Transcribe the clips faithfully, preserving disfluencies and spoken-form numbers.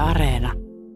Areena.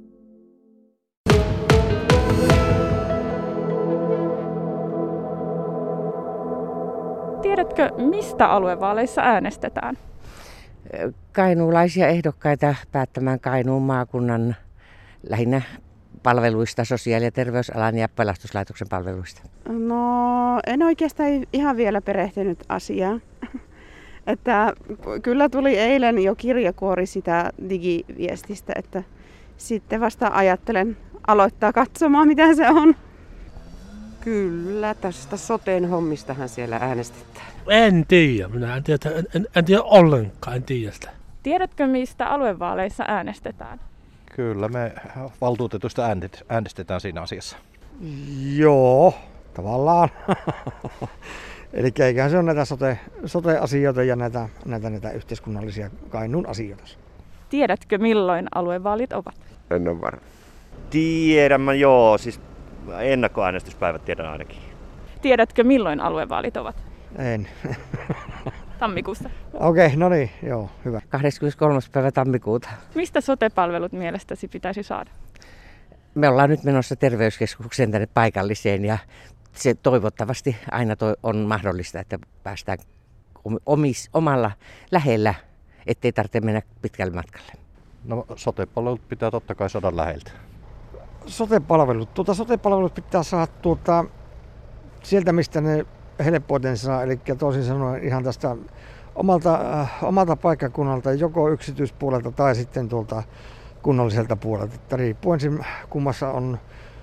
Tiedätkö, mistä aluevaaleissa äänestetään? Kainuulaisia ehdokkaita päättämään Kainuun maakunnan lähinnä palveluista, sosiaali- ja terveysalan ja pelastuslaitoksen palveluista. No, en oikeastaan ihan vielä perehtynyt asiaan. Että kyllä tuli eilen jo kirjakuori sitä digiviestistä, että sitten vasta ajattelen aloittaa katsomaan, mitä se on. Kyllä, tästä soteen hommistahan siellä äänestetään. En tiedä, minä en tiedä, en, en, en tiedä ollenkaan, en tiedä sitä. Tiedätkö, mistä aluevaaleissa äänestetään? Kyllä, me valtuutetusta äänestetään siinä asiassa. Joo, tavallaan. Eli eiköhän se on näitä sote, sote-asioita ja näitä, näitä, näitä yhteiskunnallisia Kainuun asioita. Tiedätkö, milloin aluevaalit ovat? En ole varma. Tiedän mä, joo, siis ennakkoäänestyspäivät tiedän ainakin. Tiedätkö, milloin aluevaalit ovat? En. Tammikuussa. Okei, okay, no niin, joo, hyvä. kahdeskymmeneskolmas päivä tammikuuta. Mistä sote-palvelut mielestäsi pitäisi saada? Me ollaan nyt menossa terveyskeskukseen tänne paikalliseen ja se toivottavasti aina toi on mahdollista, että päästään omis, omalla lähellä, ettei tarvitse mennä pitkälle matkalle. No sote-palvelut pitää totta kai saada läheltä. Sote-palvelut. Tuota, sote-palvelut pitää saada tuota, sieltä, mistä ne helpoiten saa, eli toisin sanoen ihan tästä omalta, äh, omalta paikkakunnalta, joko yksityispuolelta tai sitten tuolta kunnalliselta puolelta. Että riippuen kummassa on,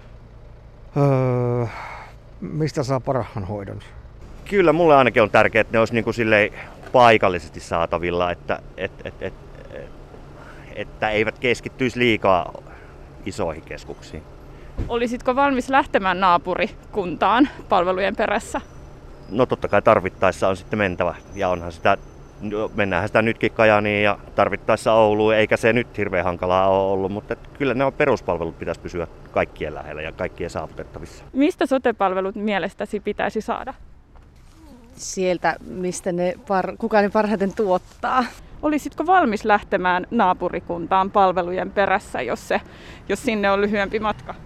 öö, mistä saa parhaan hoidon. Kyllä, mulle ainakin on tärkeää, että ne olisi niin kuin silleen paikallisesti saatavilla, että, et, et, et, et, että eivät keskittyisi liikaa isoihin keskuksiin. Olisitko valmis lähtemään naapurikuntaan palvelujen perässä? No totta kai tarvittaessa on sitten mentävä ja onhan sitä, mennäänhän sitä nytkin Kajaaniin ja tarvittaessa Ouluun, eikä se nyt hirveän hankalaa ole ollut, mutta kyllä nämä peruspalvelut pitäisi pysyä kaikkien lähellä ja kaikkien saavutettavissa. Mistä sote-palvelut mielestäsi pitäisi saada? Sieltä, mistä ne par, kuka ne parhaiten tuottaa. Olisitko valmis lähtemään naapurikuntaan palvelujen perässä, jos, se, jos sinne on lyhyempi matka?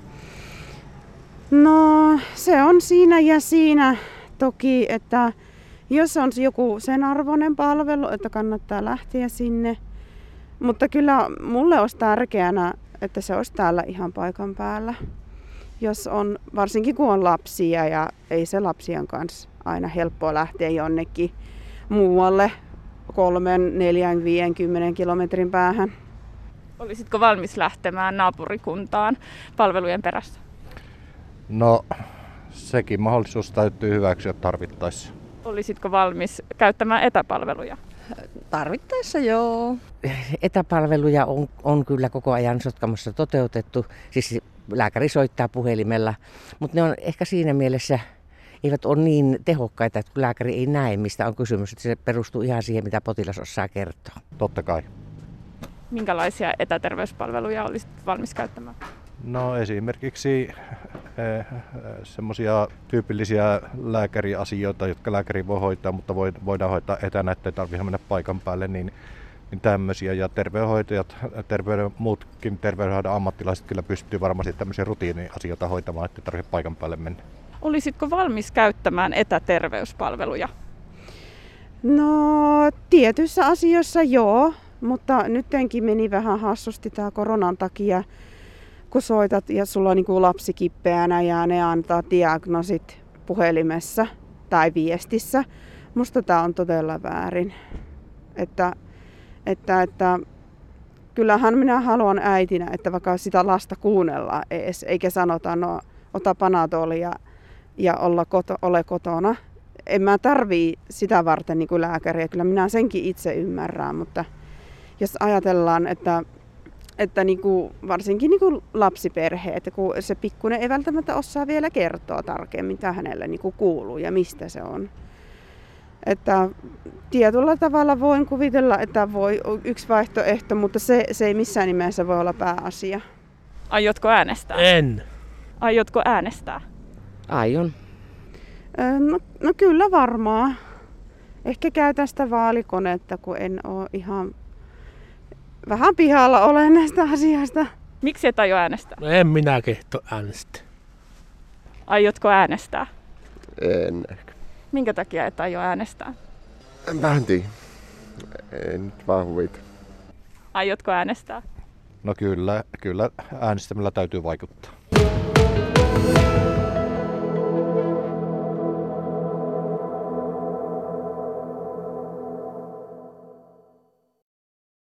No, se on siinä ja siinä toki, että jos on joku sen arvoinen palvelu, että kannattaa lähteä sinne. Mutta kyllä mulle olisi tärkeänä, että se olisi täällä ihan paikan päällä. Jos on, varsinkin kun on lapsia ja ei se lapsien kanssa aina helppoa lähteä jonnekin muualle kolmen, neljän, viien, kymmenen kilometrin päähän. Olisitko valmis lähtemään naapurikuntaan palvelujen perässä? No, sekin mahdollisuus täytyy hyväksyä tarvittaessa. Olisitko valmis käyttämään etäpalveluja? Tarvittaessa joo. Etäpalveluja on, on kyllä koko ajan Sotkamossa toteutettu, siis lääkäri soittaa puhelimella, mutta ne on ehkä siinä mielessä eivät ole niin tehokkaita, että lääkäri ei näe, mistä on kysymys, että se perustuu ihan siihen, mitä potilas osaa kertoa. Totta kai. Minkälaisia etäterveyspalveluja olisit valmis käyttämään? No esimerkiksi eh, semmoisia tyypillisiä lääkäriasioita, jotka lääkäri voi hoitaa, mutta voidaan hoitaa etänä, ettei tarvitse mennä paikan päälle, niin, niin tämmöisiä. Ja terveydenhoitajat, terveyden, muutkin terveydenhoidon ammattilaiset kyllä pystyy varmasti tämmöisiä rutiiniasioita hoitamaan, ettei tarvitse paikan päälle mennä. Olisitko valmis käyttämään etäterveyspalveluja? No tietyissä asioissa joo, mutta nyttenkin meni vähän hassusti tämä koronan takia. Kun soitat ja sulla on niin kuin lapsi kipeänä ja ne antaa diagnoosit puhelimessa tai viestissä. Musta tämä on todella väärin. Että, että, että, kyllähän minä haluan äitinä, että vaikka sitä lasta kuunnellaan ees, eikä sanota, no ota Panatolia ja olla koto, ole kotona. En mä tarvii sitä varten niin kuin lääkäriä, kyllä minä senkin itse ymmärrän, mutta jos ajatellaan, että Että niinku, varsinkin niinku lapsiperheet, kun se pikkuinen ei välttämättä osaa vielä kertoa tarkemmin, mitä hänelle niinku kuuluu ja mistä se on. Että tietyllä tavalla voin kuvitella, että voi yksi vaihtoehto, mutta se, se ei missään nimessä voi olla pääasia. Aiotko äänestää? En. Aiotko äänestää? Aion. No, no kyllä varmaan. Ehkä käytän sitä vaalikonetta, kun en ole ihan vähän pihalla olen näistä asioista. Miksi et aio äänestää? No en minä kehto äänestää. Aiotko äänestää? En ehkä. Minkä takia et aio äänestää? Mä en tiedä. Ei nyt vaan huvita. Aiotko äänestää? No kyllä, kyllä äänestämällä täytyy vaikuttaa.